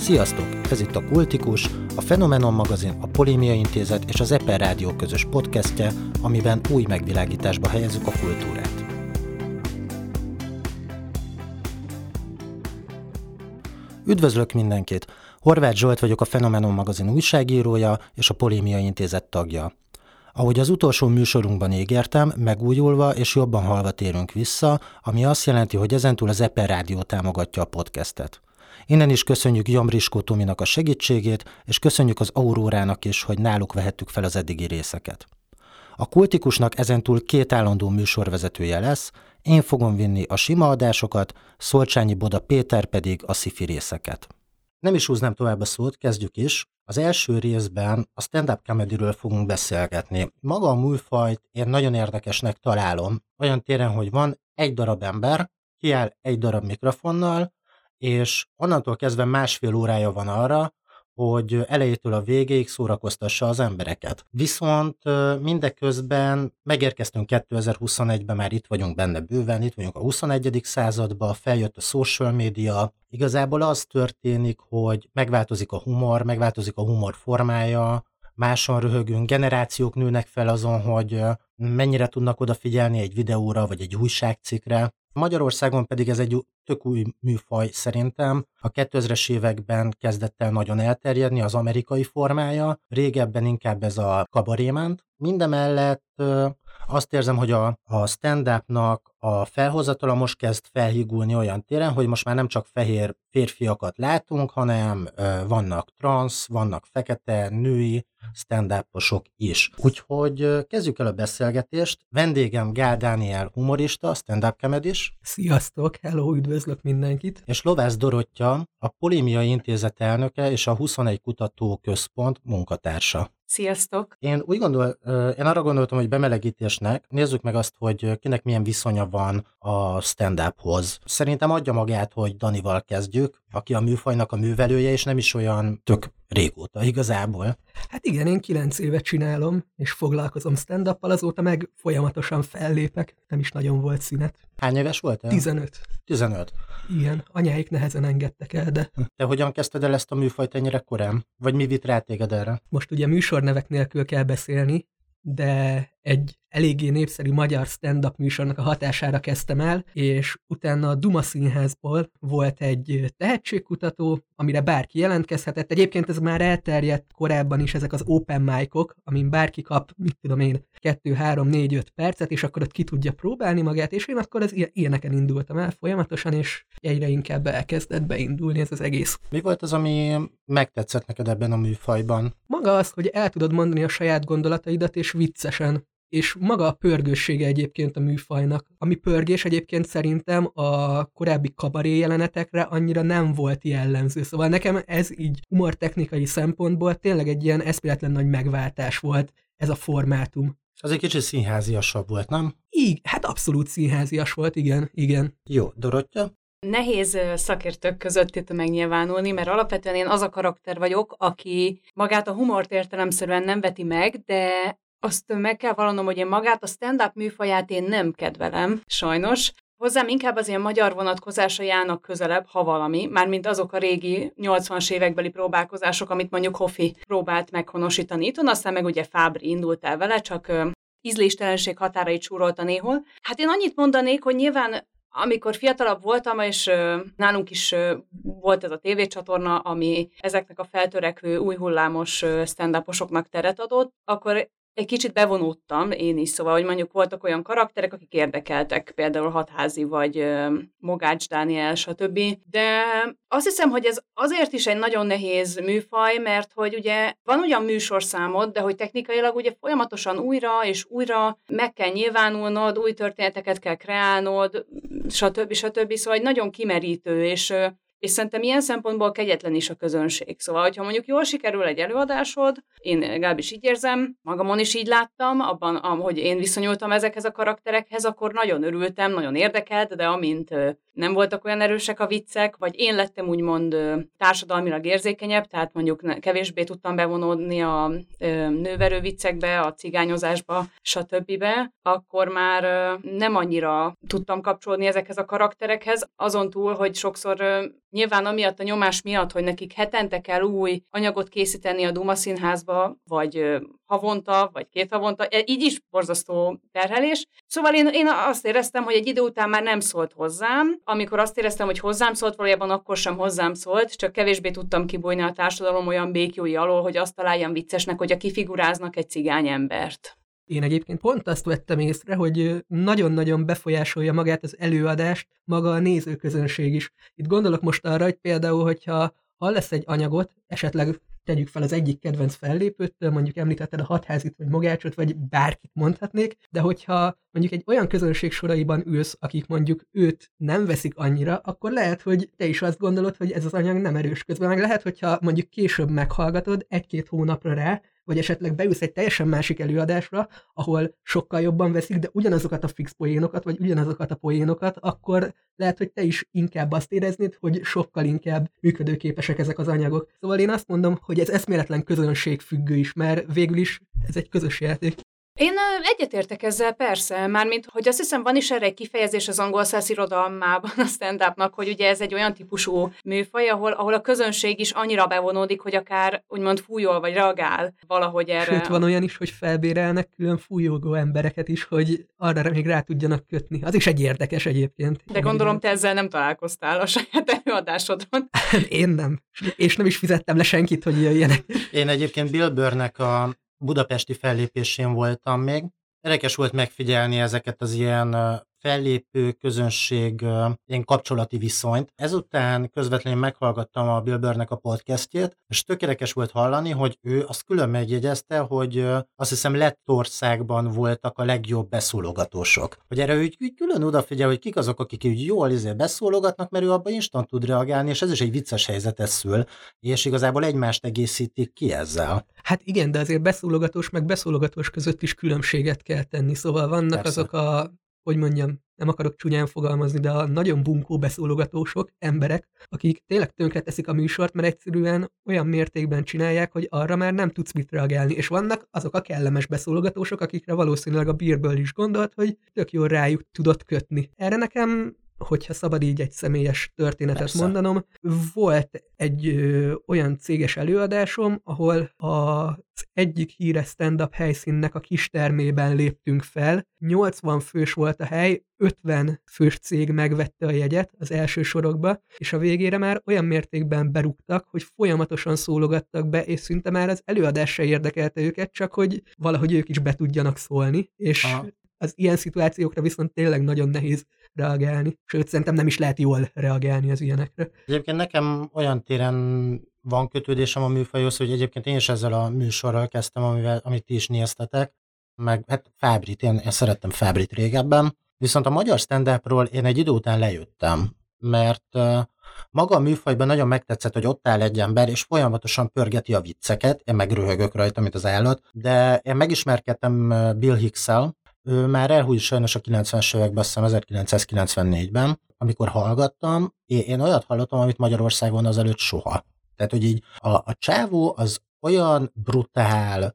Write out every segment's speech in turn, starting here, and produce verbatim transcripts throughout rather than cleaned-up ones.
Sziasztok! Ez itt a Kultikus, a Fenomenon magazin, a Polémia Intézet és az Eper Rádió közös podcastje, amiben új megvilágításba helyezzük a kultúrát. Üdvözlök mindenkit! Horváth Zsolt vagyok, a Fenomenon magazin újságírója és a Polémia Intézet tagja. Ahogy az utolsó műsorunkban ígértem, megújulva és jobban hallva térünk vissza, ami azt jelenti, hogy ezentúl az Eper Rádió támogatja a podcastet. Innen is köszönjük Jamriskó Tominak a segítségét, és köszönjük az Aurórának is, hogy náluk vehettük fel az eddigi részeket. A Kultikusnak ezentúl két állandó műsorvezetője lesz, én fogom vinni a sima adásokat, Szolcsányi Boda Péter pedig a sci-fi részeket. Nem is húznám tovább a szót, kezdjük is. Az első részben a stand-up comedyről fogunk beszélgetni. Maga a műfajt én nagyon érdekesnek találom, olyan téren, hogy van egy darab ember, kiáll egy darab mikrofonnal, és onnantól kezdve másfél órája van arra, hogy elejétől a végéig szórakoztassa az embereket. Viszont mindeközben megérkeztünk kétezer-huszonegyben, már itt vagyunk benne bőven, itt vagyunk a huszonegyedik században, feljött a social media. Igazából az történik, hogy megváltozik a humor, megváltozik a humor formája, máson röhögünk, generációk nőnek fel azon, hogy mennyire tudnak odafigyelni egy videóra, vagy egy újságcikkre. Magyarországon pedig ez egy tök új műfaj szerintem. A kétezres években kezdett el nagyon elterjedni az amerikai formája, régebben inkább ez a kabarément. Mindemellett azt érzem, hogy a, a stand-upnak a felhozatala most kezd felhígulni olyan téren, hogy most már nem csak fehér férfiakat látunk, hanem vannak transz, vannak fekete, női stand-uposok is. Úgyhogy kezdjük el a beszélgetést. Vendégem Gál Dániel humorista, stand-up comedys. Sziasztok, hello, üdvözlök mindenkit. És Lovász Dorottya, a Polémia Intézet elnöke és a huszonegy Kutatóközpont munkatársa. Sziasztok! Én úgy gondol, én arra gondoltam, hogy bemelegítésnek nézzük meg azt, hogy kinek milyen viszonya van a stand-uphoz. Szerintem adja magát, hogy Danival kezdjük, aki a műfajnak a művelője, és nem is olyan tök régóta igazából. Hát igen, én kilenc éve csinálom, és foglalkozom stand-uppal, azóta meg folyamatosan fellépek, nem is nagyon volt szünet. Hány éves voltál? tizenöt. tizenöt. Igen, anyáik nehezen engedtek el, de... Te hogyan kezdted el ezt a műfajt ennyire korán? Vagy mi vitt rá téged erre? Most ugye műsornevek nélkül kell beszélni, de egy eléggé népszerű magyar stand-up műsornak a hatására kezdtem el, és utána a Duma Színházból volt egy tehetségkutató, amire bárki jelentkezhetett. Egyébként ez már elterjedt korábban is, ezek az open mic-ok, amin bárki kap, mit tudom én, kettő, három, négy, öt percet, és akkor ott ki tudja próbálni magát, és én akkor az ilyeneken indultam el folyamatosan, és egyre inkább elkezdett beindulni ez az egész. Mi volt az, ami megtetszett neked ebben a műfajban? Maga az, hogy el tudod mondani a saját gondolataidat, és viccesen. És maga a pörgőssége egyébként a műfajnak. Ami pörgés egyébként szerintem a korábbi kabaré jelenetekre annyira nem volt jellemző. Szóval nekem ez így humortechnikai szempontból tényleg egy ilyen eszméletlen nagy megváltás volt ez a formátum. Az egy kicsit színháziasabb volt, nem? Így, hát abszolút színházias volt, igen, igen. Jó, Dorottya? Nehéz szakértők között itt megnyilvánulni, mert alapvetően én az a karakter vagyok, aki magát a humort értelemszerűen nem veti meg, de azt meg kell vallanom, hogy én magát a stand-up műfaját én nem kedvelem, sajnos. Hozzám inkább az ilyen magyar vonatkozásai állnak közelebb, ha valami, mármint azok a régi nyolcvanas évekbeli próbálkozások, amit mondjuk Hoffi próbált meghonosítani itthon, aztán meg ugye Fábri indult el vele, csak uh, ízléstelenség határait súrolta néhol. Hát én annyit mondanék, hogy nyilván amikor fiatalabb voltam, és uh, nálunk is uh, volt ez a tévécsatorna, ami ezeknek a feltörekvő, új hullámos uh, stand-uposoknak teret adott, akkor egy kicsit bevonódtam én is, szóval, hogy mondjuk voltak olyan karakterek, akik érdekeltek, például Hatházi, vagy uh, Mogács Dániel, stb. De azt hiszem, hogy ez azért is egy nagyon nehéz műfaj, mert hogy ugye van ugyan műsorszámod, de hogy technikailag ugye folyamatosan újra és újra meg kell nyilvánulnod, új történeteket kell kreálnod, stb. stb. Szóval egy nagyon kimerítő, és És szerintem ilyen szempontból kegyetlen is a közönség. Szóval, hogyha mondjuk jól sikerül egy előadásod, én legalábbis így érzem, magamon is így láttam, abban, ahogy én viszonyultam ezekhez a karakterekhez, akkor nagyon örültem, nagyon érdekelt, de amint nem voltak olyan erősek a viccek, vagy én lettem úgymond társadalmilag érzékenyebb, tehát mondjuk kevésbé tudtam bevonódni a nőverő viccekbe, a cigányozásba, stb., akkor már nem annyira tudtam kapcsolódni ezekhez a karakterekhez, azon túl, hogy sokszor nyilván amiatt a nyomás miatt, hogy nekik hetente kell új anyagot készíteni a Duma Színházba, vagy havonta, vagy két havonta, így is borzasztó terhelés. Szóval én, én azt éreztem, hogy egy idő után már nem szólt hozzám. Amikor azt éreztem, hogy hozzám szólt, valójában akkor sem hozzám szólt, csak kevésbé tudtam kibújni a társadalom olyan békjói alól, hogy azt találjam viccesnek, hogy a kifiguráznak egy cigány embert. Én egyébként pont azt vettem észre, hogy nagyon-nagyon befolyásolja magát az előadást maga a nézőközönség is. Itt gondolok most arra, hogy például, hogyha hallasz egy anyagot, esetleg tegyük fel az egyik kedvenc fellépőttől, mondjuk említetted a Hatházit, vagy Mogácsot, vagy bárkit mondhatnék, de hogyha mondjuk egy olyan közönség soraiban ülsz, akik mondjuk őt nem veszik annyira, akkor lehet, hogy te is azt gondolod, hogy ez az anyag nem erős. Közben meg lehet, hogyha mondjuk később meghallgatod egy-két hónapra rá, vagy esetleg beülsz egy teljesen másik előadásra, ahol sokkal jobban veszik, de ugyanazokat a fix poénokat, vagy ugyanazokat a poénokat, akkor lehet, hogy te is inkább azt éreznéd, hogy sokkal inkább működőképesek ezek az anyagok. Szóval én azt mondom, hogy ez eszméletlen közönségfüggő is, mert végül is ez egy közös játék. Én egyetértek ezzel, persze, mármint, hogy azt hiszem van is erre egy kifejezés az angol száz irodalmában a stand-upnak, hogy ugye ez egy olyan típusú műfaj, ahol, ahol a közönség is annyira bevonódik, hogy akár úgymond fújol vagy reagál valahogy erre. Sőt, van olyan is, hogy felbérelnek külön fújógó embereket is, hogy arra még rá tudjanak kötni. Az is egy érdekes egyébként. De gondolom, te ezzel nem találkoztál a saját előadásodon. Én nem. És nem is fizettem le senkit, hogy jöjjenek. Én egyébként Bill Burrnek a budapesti fellépésén voltam még. Érdekes volt megfigyelni ezeket az ilyen fellépő közönség, ilyen kapcsolati viszonyt. Ezután közvetlenül meghallgattam a Bill Burrnek a podcastjét, és tök érdekes volt hallani, hogy ő azt külön megjegyezte, hogy azt hiszem Lettországban voltak a legjobb beszólogatósok. Hogy erre ő úgy külön odafigyel, hogy kik azok, akik úgy jól izé beszólogatnak, mert ő abban instant tud reagálni, és ez is egy vicces helyzetet szül, és igazából egymást egészítik ki ezzel. Hát igen, de azért beszólogatós meg beszólogatós között is különbséget kell tenni, szóval vannak Persze. azok a, hogy mondjam, nem akarok csúnyán fogalmazni, de a nagyon bunkó beszólogatósok, emberek, akik tényleg tönkreteszik a műsort, mert egyszerűen olyan mértékben csinálják, hogy arra már nem tudsz mit reagálni. És vannak azok a kellemes beszólogatósok, akikre valószínűleg a Beerből is gondolt, hogy tök jól rájuk tudott kötni. Erre nekem, hogyha szabad így egy személyes történetet Persze. mondanom, volt egy ö, olyan céges előadásom, ahol az egyik híres stand-up helyszínnek a kistermében léptünk fel. nyolcvan fős volt a hely, ötven fős cég megvette a jegyet az első sorokba, és a végére már olyan mértékben berúgtak, hogy folyamatosan szólogattak be, és szinte már az előadás se érdekelte őket, csak hogy valahogy ők is be tudjanak szólni, és Aha. az ilyen szituációkra viszont tényleg nagyon nehéz reagálni. Sőt, szerintem nem is lehet jól reagálni az ilyenekre. Egyébként nekem olyan téren van kötődésem a műfajhoz, hogy egyébként én is ezzel a műsorral kezdtem, amivel, amit ti is néztetek, meg hát Fábrit, én, én szerettem Fábrit régebben, viszont a magyar stand-upról én egy idő után lejöttem, mert uh, maga a műfajban nagyon megtetszett, hogy ott áll egy ember, és folyamatosan pörgeti a vicceket, én meg röhögök rajta, mint az állat, de én megismerkedtem Bill Hicks-el. Ő már elhúgy sajnos a kilencvenes években, azt hiszem ezerkilencszázkilencvennégyben, amikor hallgattam, én olyat hallottam, amit Magyarországon azelőtt soha. Tehát, hogy így a, a csávó az olyan brutál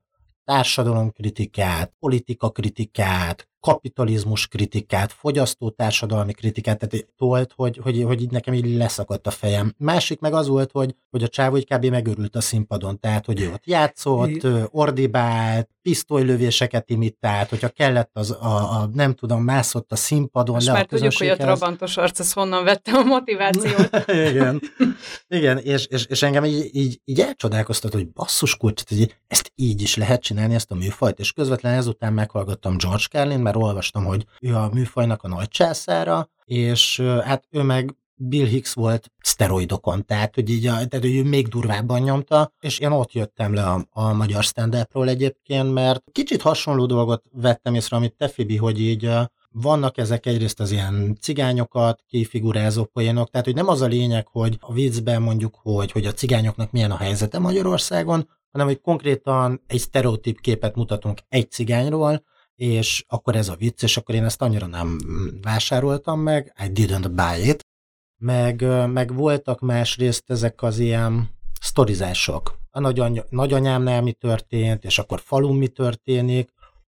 társadalomkritikát, politikakritikát, kapitalizmus kritikát, fogyasztó társadalmi kritikát, tehát tolt, hogy, hogy, hogy így nekem így leszakadt a fejem. Másik meg az volt, hogy, hogy a csávó így kb. Megörült a színpadon, tehát, hogy ő ott játszott, ordibált, pisztolylövéseket imitált, hogyha kellett az a, a nem tudom, mászott a színpadon. Most már tudjuk, hogy a trabantos arc, ez honnan vette a motivációt. Igen, Igen és, és, és engem így, így, így elcsodálkoztat, hogy basszus kulcs, hogy ezt így is lehet csinálni, ezt a műfajt, és közvetlenül ezután meghallgattam George Carlin, mert olvastam, hogy ő a műfajnak a nagy császára, és hát ő meg Bill Hicks volt szteroidokon, tehát hogy így a, tehát, hogy ő még durvábban nyomta, és én ott jöttem le a, a magyar stand-upról egyébként, mert kicsit hasonló dolgot vettem észre, amit te, Fibi, hogy így vannak ezek egyrészt az ilyen cigányokat kifigurázó poénok, tehát hogy nem az a lényeg, hogy a viccben mondjuk, hogy, hogy a cigányoknak milyen a helyzete Magyarországon, hanem hogy konkrétan egy sztereotíp képet mutatunk egy cigányról, és akkor ez a vicc, és akkor én ezt annyira nem vásároltam meg, I didn't buy it, meg, meg voltak másrészt ezek az ilyen sztorizások. A nagyany- nagyanyámnál mi történt, és akkor falun mi történik,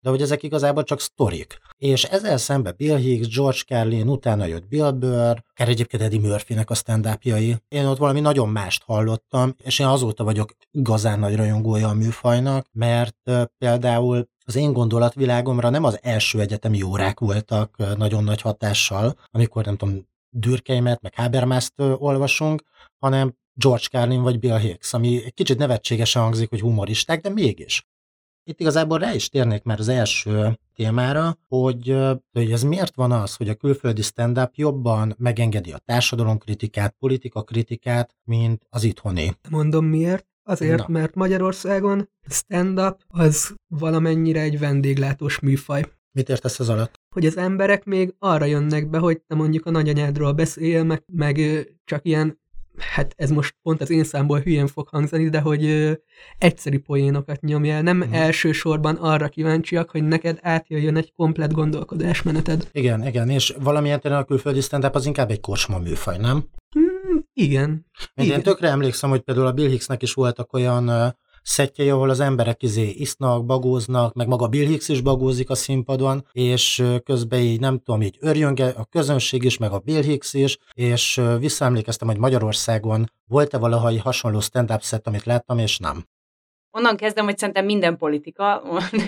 de hogy ezek igazából csak sztorik. És ezzel szemben Bill Hicks, George Carlin, utána jött Bill Burr, akár egyébként Eddie Murphynek a stand-upjai. Én ott valami nagyon mást hallottam, és én azóta vagyok igazán nagy rajongója a műfajnak, mert uh, például az én gondolatvilágomra nem az első egyetemi órák voltak uh, nagyon nagy hatással, amikor nem tudom, Durkeimet, meg Habermaszt uh, olvasunk, hanem George Carlin vagy Bill Hicks, ami egy kicsit nevetségesen hangzik, hogy humoristák, de mégis. Itt igazából rá is térnék már az első témára, hogy, hogy ez miért van az, hogy a külföldi stand-up jobban megengedi a társadalomkritikát, politikakritikát, mint az itthoni. Mondom miért? Azért, Na. mert Magyarországon stand-up az valamennyire egy vendéglátós műfaj. Mit értesz ez alatt? Hogy az emberek még arra jönnek be, hogy te mondjuk a nagyanyádról beszél, meg, meg csak ilyen, hát ez most pont az én számból hülyén fog hangzani, de hogy ö, egyszerű poénokat nyomjál. Nem hmm. elsősorban arra kíváncsiak, hogy neked átjöjjön egy komplett gondolkodásmeneted. Igen, igen, és valamilyen terén a külföldi stand-up az inkább egy kocsma műfaj, nem? Hmm, igen. Én igen. tökre emlékszem, hogy például a Bill Hicksnek is voltak olyan uh, szettjei, ahol az emberek izé isznak, bagóznak, meg maga Bill Hicks is bagózik a színpadon, és uh, közben így nem tudom, így örjönge a közönség is, meg a Bill Hicks is, és uh, visszaemlékeztem, hogy Magyarországon volt-e valaha hasonló stand-up set, amit láttam, és nem. Onnan kezdem, hogy szerintem minden politika,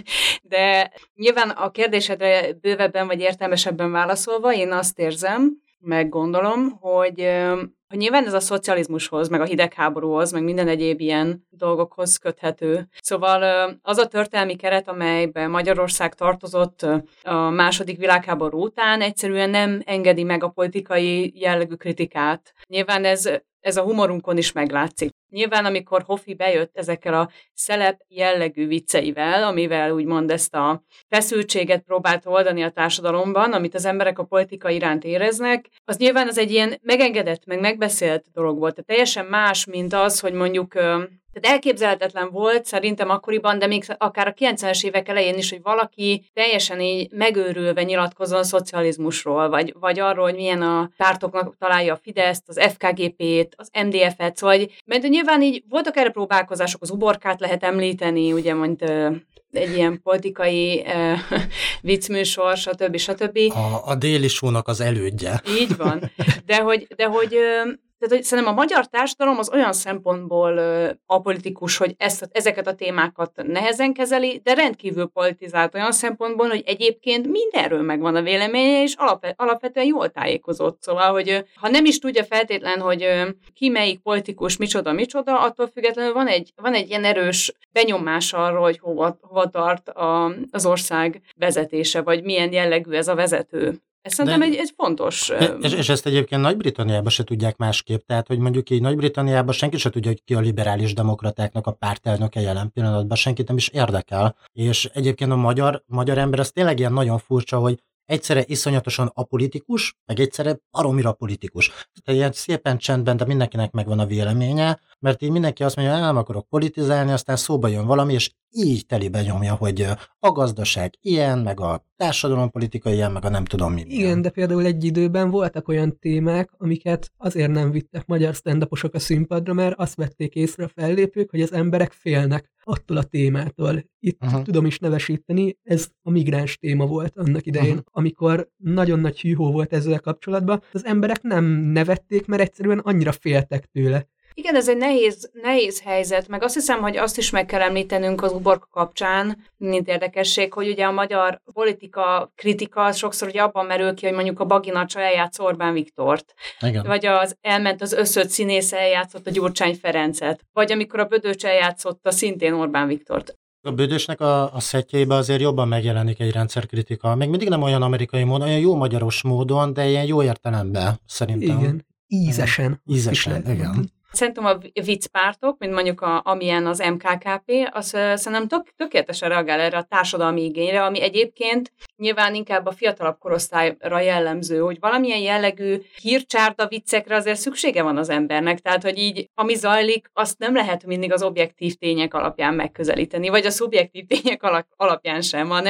de nyilván a kérdésedre bővebben vagy értelmesebben válaszolva, én azt érzem, meg gondolom, hogy, hogy nyilván ez a szocializmushoz, meg a hidegháborúhoz, meg minden egyéb ilyen dolgokhoz köthető. Szóval az a történelmi keret, amelyben Magyarország tartozott a második világháború után, egyszerűen nem engedi meg a politikai jellegű kritikát. Nyilván ez, ez a humorunkon is meglátszik. Nyilván, amikor Hoffi bejött ezekkel a szelep jellegű vicceivel, amivel úgymond ezt a feszültséget próbált oldani a társadalomban, amit az emberek a politika iránt éreznek, az nyilván az egy ilyen megengedett, meg megbeszélt dolog volt. Tehát teljesen más, mint az, hogy mondjuk tehát elképzelhetetlen volt szerintem akkoriban, de még akár a kilencvenes évek elején is, hogy valaki teljesen így megőrülve nyilatkozzon a szocializmusról, vagy, vagy arról, hogy milyen a pártoknak találja a Fideszt, az ef ká gé pét, az em dé ef-et, szóval mert nyilván így voltak erre próbálkozások, az uborkát lehet említeni, ugye mondj egy ilyen politikai uh, viccműsor, stb. stb. A, a Déli Show-nak az elődje. Így van. De hogy, de hogy uh, Tehát, hogy szerintem a magyar társadalom az olyan szempontból uh, apolitikus, hogy ezt, ezeket a témákat nehezen kezeli, de rendkívül politizált olyan szempontból, hogy egyébként mindenről megvan a véleménye, és alap, alapvetően jól tájékozott. Szóval, hogy uh, ha nem is tudja feltétlen, hogy uh, ki melyik politikus, micsoda, micsoda, attól függetlenül van egy, van egy ilyen erős benyomás arról, hogy hova, hova tart a, az ország vezetése, vagy milyen jellegű ez a vezető. Ez szerintem egy, egy fontos... És, és ezt egyébként Nagy-Britanniában se tudják másképp, tehát hogy mondjuk így Nagy-Britanniában senki se tudja, hogy ki a liberális demokratáknak a pártelnöke jelen pillanatban, senkit nem is érdekel. És egyébként a magyar, magyar ember az tényleg ilyen nagyon furcsa, hogy egyszerre iszonyatosan apolitikus, meg egyszerre baromira politikus. Tehát ilyen szépen csendben, de mindenkinek megvan a véleménye, mert így mindenki azt mondja, hogy nem akarok politizálni, aztán szóba jön valami, és így telibe nyomja, hogy a gazdaság ilyen, meg a társadalompolitika ilyen, meg a nem tudom mi. Igen, de például egy időben voltak olyan témák, amiket azért nem vittek magyar stand-uposok a színpadra, mert azt vették észre a fellépők, hogy az emberek félnek attól a témától. Itt uh-huh. tudom is nevesíteni, ez a migráns téma volt annak idején, uh-huh. amikor nagyon nagy hűhó volt ezzel kapcsolatban. Az emberek nem nevették, mert egyszerűen annyira féltek tőle. Igen, ez egy nehéz, nehéz helyzet, meg azt hiszem, hogy azt is meg kell említenünk az uborka kapcsán, mint érdekesség, hogy ugye a magyar politika kritika sokszor ugye abban merül ki, hogy mondjuk a Baginacsa eljátsz Orbán Viktort, igen. Vagy az elment az összöt színész eljátszott a Gyurcsány Ferencet, vagy amikor a Bödöcs eljátszotta szintén Orbán Viktort. A Bödösnek a, a szettjeiben azért jobban megjelenik egy rendszerkritika. Még mindig nem olyan amerikai módon, olyan jó magyaros módon, de ilyen jó értelemben szerintem. Igen, ízesen. Ízesen, igen. Szerintem a viccpártok, mint mondjuk a, amilyen az em ká ká pé, az szerintem tök, tökéletesen reagál erre a társadalmi igényre, ami egyébként nyilván inkább a fiatalabb korosztályra jellemző, hogy valamilyen jellegű hírcsárda viccekre azért szüksége van az embernek, tehát hogy így, ami zajlik, azt nem lehet mindig az objektív tények alapján megközelíteni, vagy a szubjektív tények alapján sem, hanem,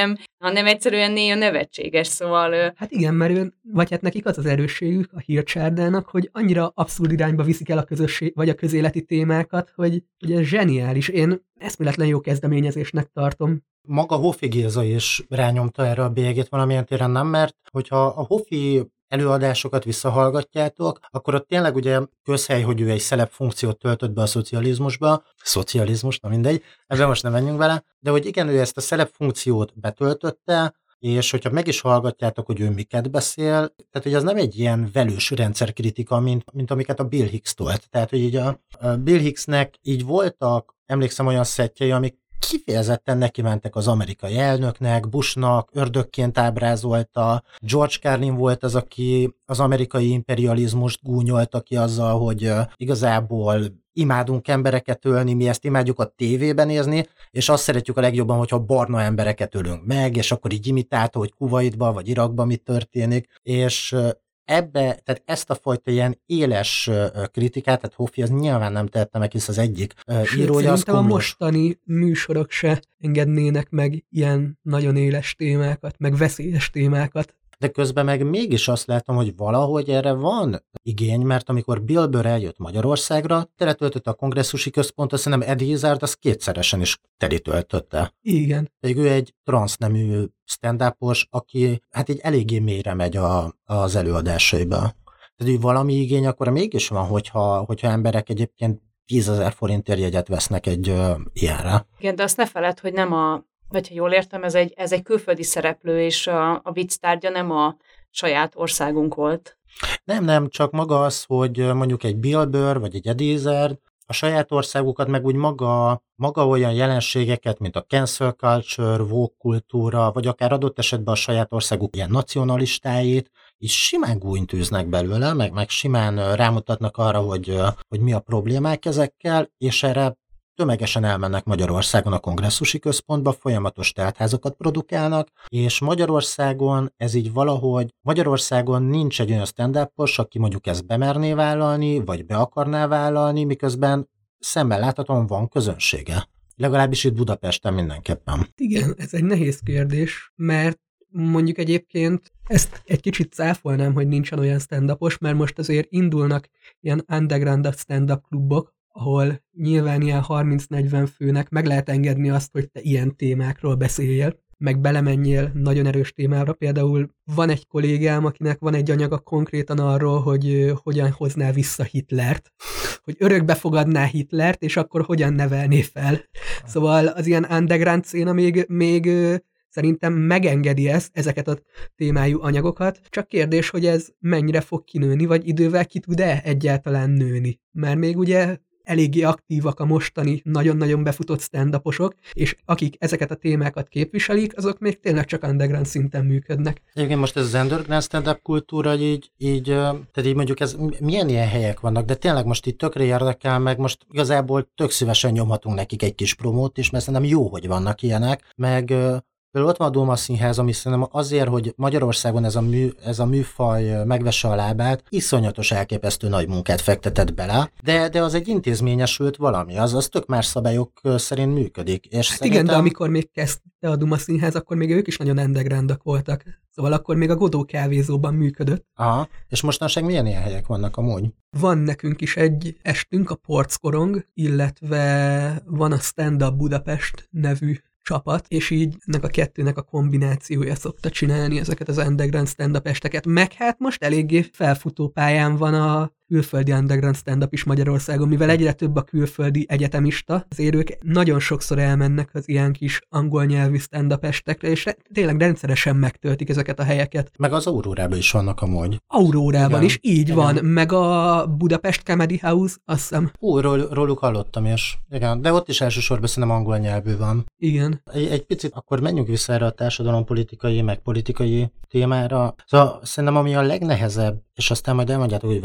hanem egyszerűen néha nevetséges, szóval... Hát igen, mert ő, vagy hát nekik az az erősségük a hírcsárdának, hogy annyira abszurd irányba viszik el a közösség, vagy a közéleti témákat, hogy, hogy ez zseniális. Én eszméletlen jó kezdeményezésnek tartom. Maga Hofi Géza is rányomta erre a bélyegét valamilyen téren, nem? Mert hogyha a Hofi előadásokat visszahallgatjátok, akkor ott tényleg ugye közhely, hogy ő egy szelep funkciót töltött be a szocializmusba, szocializmus, na mindegy, ebben most nem menjünk vele, de hogy igen, ő ezt a szelep funkciót betöltötte, és hogyha meg is hallgatjátok, hogy ő miket beszél, tehát hogy az nem egy ilyen velős rendszerkritika, mint, mint amiket a Bill Hicks tolt. Tehát, hogy így a, a Bill Hicksnek így voltak, emlékszem, olyan szettjei, amik kifejezetten neki mentek az amerikai elnöknek, Bushnak, ördökként ábrázolta, George Carlin volt az, aki az amerikai imperializmust gúnyolta ki azzal, hogy igazából imádunk embereket ölni, mi ezt imádjuk a tévében nézni, és azt szeretjük a legjobban, hogyha barna embereket ölünk meg, és akkor így imitálta, hogy Kuwaitban vagy Irakban mi történik, és ebbe, tehát ezt a fajta ilyen éles kritikát, tehát Hofi az nyilván nem tehette meg, hisz az egyik Sőt, írója az a mostani műsorok se engednének meg ilyen nagyon éles témákat, meg veszélyes témákat. De közben meg mégis azt látom, hogy valahogy erre van igény, mert amikor Bill Burr eljött Magyarországra, teletöltötte a kongresszusi központot, szerintem Eddie Izzard az kétszeresen is telitöltötte. Igen. Pedig ő egy transznemű stand-upos, aki hát így eléggé mélyre megy a, az előadásaiba. Tehát, hogy valami igény akkor mégis van, hogyha, hogyha emberek egyébként tízezer forintért jegyet vesznek egy ö, ilyenre. Igen, de azt ne feled, hogy nem a vagy ha jól értem, ez egy, ez egy külföldi szereplő, és a, a vicc tárgya nem a saját országunk volt. Nem, nem, csak maga az, hogy mondjuk egy Bill Burr, vagy egy Eddie Izzard, a saját országukat, meg úgy maga, maga olyan jelenségeket, mint a cancel culture, woke kultúra, vagy akár adott esetben a saját országuk ilyen nacionalistáit, így simán gúnytűznek belőle, meg, meg simán rámutatnak arra, hogy, hogy mi a problémák ezekkel, és erre tömegesen elmennek Magyarországon a kongresszusi központba, folyamatos teltházakat produkálnak, és Magyarországon ez így valahogy, Magyarországon nincs egy olyan stand-upos, aki mondjuk ezt bemerné vállalni, vagy be akarná vállalni, miközben szemmel láthatóan van közönsége. Legalábbis itt Budapesten mindenképpen. Igen, ez egy nehéz kérdés, mert mondjuk egyébként ezt egy kicsit cáfolnám, hogy nincsen olyan stand-upos, mert most azért indulnak ilyen underground stand-up klubok, ahol nyilván ilyen harminc-negyven főnek meg lehet engedni azt, hogy te ilyen témákról beszéljél, meg belemenjél nagyon erős témára. Például van egy kollégám, akinek van egy anyaga konkrétan arról, hogy hogyan hozná vissza Hitlert, hogy örökbe fogadná Hitlert, és akkor hogyan nevelné fel. Szóval az ilyen underground széna még, még szerintem megengedi ezt, ezeket a témájú anyagokat, csak kérdés, hogy ez mennyire fog kinőni, vagy idővel ki tud-e egyáltalán nőni. Mert még ugye eléggé aktívak a mostani nagyon-nagyon befutott stand-uposok, és akik ezeket a témákat képviselik, azok még tényleg csak underground szinten működnek. Egyébként most ez az underground stand-up kultúra, így, így, tehát így mondjuk ez, milyen ilyen helyek vannak, de tényleg most itt tökre érdekel, meg most igazából tök szívesen nyomhatunk nekik egy kis promót is, mert szerintem jó, hogy vannak ilyenek, meg például ott van a Dóma Színház, ami szerintem azért, hogy Magyarországon ez a, mű, ez a műfaj megvesse a lábát, iszonyatos elképesztő nagy munkát fektetett bele, de, de az egy intézményesült valami, az, az tök más szabályok szerint működik. És hát szerintem... igen, de amikor még kezdte a Duma Színház, akkor még ők is nagyon undergroundak voltak. Szóval akkor még a Godó kávézóban működött. Aha, és mostanság milyen ilyen helyek vannak amúgy? Van nekünk is egy estünk, a Porckorong, illetve van a Stand Up Budapest nevű csapat, és így ennek a kettőnek a kombinációja szokta csinálni ezeket az underground stand-up esteket. Meg hát most eléggé felfutó pályán van a külföldi underground stand-up is Magyarországon, mivel egyre több a külföldi egyetemista, azért ők nagyon sokszor elmennek az ilyen kis angol nyelvű stand-up estekre, és tényleg rendszeresen megtöltik ezeket a helyeket. Meg az Aurórában is vannak amúgy. Aurórában igen, is, így igen. Van, meg a Budapest Comedy House, azt hiszem. Hú, ról, róluk hallottam is. Igen, de ott is elsősorban szerintem angol nyelvű van. Igen. Egy, egy picit akkor menjünk vissza erre a társadalompolitikai, meg politikai témára. Szóval szerintem ami a legnehezebb, és aztán majd elmondjátok, hogy velem egyetért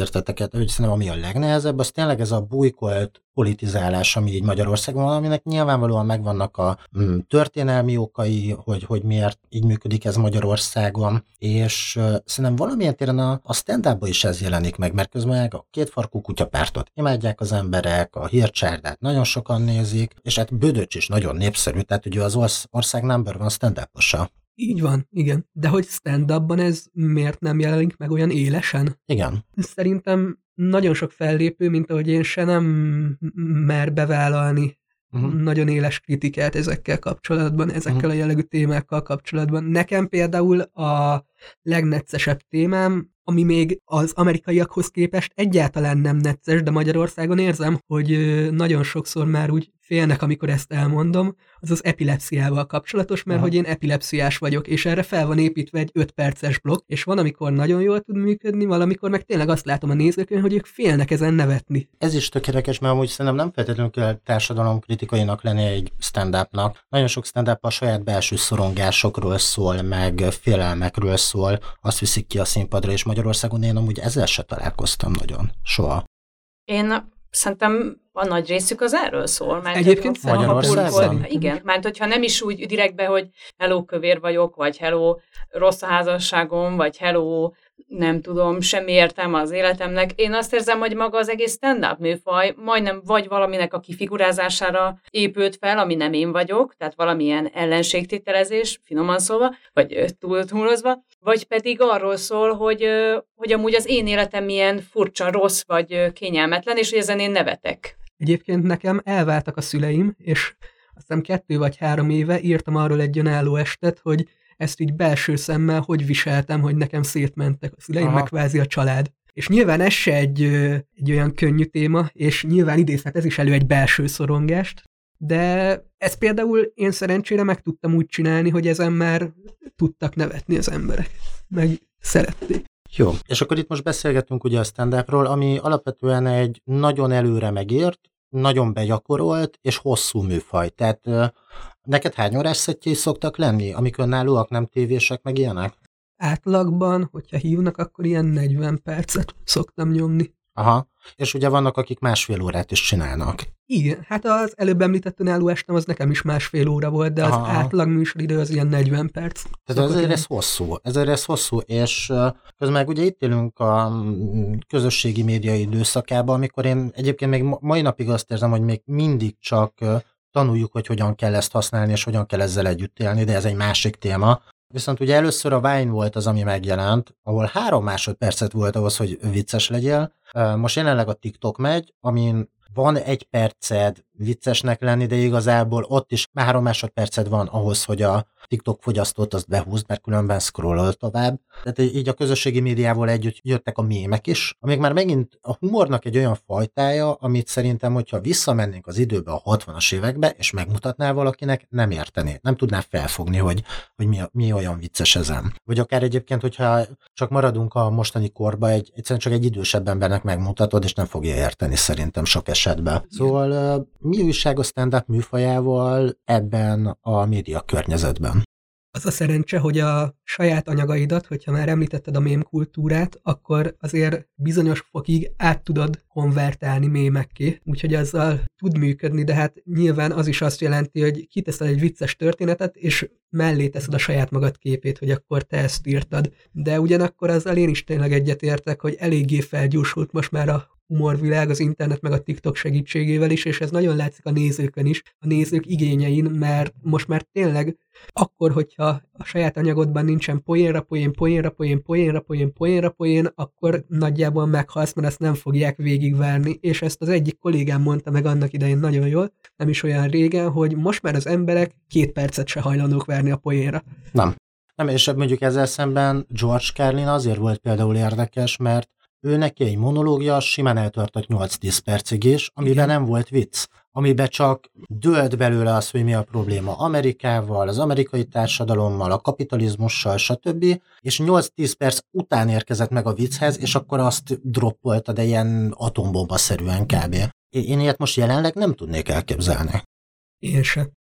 egyetértetek, hogy szerintem ami a legnehezebb, az tényleg ez a bujkolt politizálás, ami így Magyarországon van, aminek nyilvánvalóan megvannak a mm, történelmi okai, hogy, hogy miért így működik ez Magyarországon, és uh, szerintem valamilyen téren a, a stand-upban is ez jelenik meg, mert közben a kétfarkú kutyapártot imádják az emberek, a Hírcsárdát nagyon sokan nézik, és hát Bödöcs is nagyon népszerű, tehát ugye az ország number van stand-uposa. Így van, igen. De hogy stand-upban ez miért nem jelenik meg olyan élesen? Igen. Szerintem nagyon sok fellépő, mint ahogy én se nem mer bevállalni uh-huh. nagyon éles kritikát ezekkel kapcsolatban, ezekkel uh-huh. a jellegű témákkal kapcsolatban. Nekem például a legneccesebb témám, ami még az amerikaiakhoz képest egyáltalán nem necces, de Magyarországon érzem, hogy nagyon sokszor már úgy félnek, amikor ezt elmondom, az az epilepsziával kapcsolatos, mert Aha. hogy én epilepsziás vagyok, és erre fel van építve egy öt perces blokk, és van, amikor nagyon jól tud működni, valamikor meg tényleg azt látom a nézőkön, hogy ők félnek ezen nevetni. Ez is tökéletes, mert amúgy szerintem nem feltétlenül kell társadalomkritikainak lenni egy stand-upnak. Nagyon sok stand-up a saját belső szorongásokról szól, meg félelmekről szól, azt viszik ki a színpadra, és Magyarországon én amúgy ezzel se találkoztam nagyon. Soha. Én szerintem a nagy részük az erről szól. Mert egyébként Magyarországon? Igen, mert hogyha nem is úgy direktbe, hogy hello kövér vagyok, vagy hello rossz a házasságom, vagy hello nem tudom, semmi értelme az életemnek. Én azt érzem, hogy maga az egész stand-up műfaj majdnem vagy valaminek a kifigurázására épült fel, ami nem én vagyok, tehát valamilyen ellenségtételezés, finoman szólva, vagy túl-túlozva, vagy pedig arról szól, hogy, hogy amúgy az én életem milyen furcsa, rossz, vagy kényelmetlen, és hogy ezen én nevetek. Egyébként nekem elváltak a szüleim, és aztán kettő vagy három éve írtam arról egy önálló estet, hogy ezt így belső szemmel hogy viseltem, hogy nekem szétmentek a szüleim, meg kvázi a család. És nyilván ez se egy, egy olyan könnyű téma, és nyilván idézhet ez is elő egy belső szorongást, de ezt például én szerencsére meg tudtam úgy csinálni, hogy ezen már tudtak nevetni az emberek, meg szerették. Jó, és akkor itt most beszélgetünk ugye a stand-upról, ami alapvetően egy nagyon előre megért, nagyon begyakorolt és hosszú műfaj. Tehát neked hány órás szettjei szoktak lenni, amik önállóak, nem tévések, meg ilyenek? Átlagban, hogyha hívnak, akkor ilyen negyven percet szoktam nyomni. Aha, és ugye vannak, akik másfél órát is csinálnak. Igen, hát az előbb említett önálló estem, az nekem is másfél óra volt, de az Aha. átlag műsoridő az ilyen negyven perc. Tehát ezért ez hosszú, ezért ez hosszú, és közben meg ugye itt élünk a közösségi média időszakában, amikor én egyébként még mai napig azt érzem, hogy még mindig csak tanuljuk, hogy hogyan kell ezt használni, és hogyan kell ezzel együtt élni, de ez egy másik téma. Viszont ugye először a Vine volt az, ami megjelent, ahol három másodpercet volt ahhoz, hogy vicces legyél. Most jelenleg a TikTok megy, amin van egy perced viccesnek lenni, de igazából ott is már három másodperced van ahhoz, hogy a TikTok fogyasztót azt behúzd, mert különben scrollol tovább. Tehát így a közösségi médiával együtt jöttek a mémek is, amik már megint a humornak egy olyan fajtája, amit szerintem, hogyha visszamennénk az időbe a hatvanas évekbe, és megmutatnál valakinek, nem értené, nem tudná felfogni, hogy, hogy mi, mi olyan vicces ezen. Vagy akár egyébként, hogyha csak maradunk a mostani korba, egy, egyszerűen csak egy idősebb embernek megmutatod, és nem fogja érteni szerintem sok esetben. Szóval mi újság a stand-up műfajával ebben a média környezetben? Az a szerencse, hogy a saját anyagaidat, hogyha már említetted a mém kultúrát, akkor azért bizonyos fokig át tudod konvertálni mémekké, úgyhogy azzal tud működni, de hát nyilván az is azt jelenti, hogy kiteszel egy vicces történetet, és mellé teszed a saját magad képét, hogy akkor te ezt írtad. De ugyanakkor azzal én is tényleg egyetértek, hogy eléggé felgyorsult most már a humorvilág az internet meg a TikTok segítségével is, és ez nagyon látszik a nézőkön is, a nézők igényein, mert most már tényleg akkor, hogyha a saját anyagodban nincsen poénra poén, poénra poén, poénra poén, poénra poén, akkor nagyjából meghalsz, mert ezt nem fogják végigvárni, és ezt az egyik kollégám mondta meg annak idején nagyon jól, nem is olyan régen, hogy most már az emberek két percet se hajlandók várni a poénra. Nem. Nem, és mondjuk ezzel szemben George Carlin azért volt például érdekes, mert ő neki egy monológia simán eltartott nyolc-tíz percig is, amiben Igen. nem volt vicc, amiben csak dőlt belőle az, hogy mi a probléma Amerikával, az amerikai társadalommal, a kapitalizmussal, stb. És nyolc-tíz perc után érkezett meg a vicchez, és akkor azt droppolta, de ilyen atombomba-szerűen kb. Én ilyet most jelenleg nem tudnék elképzelni. Én sem.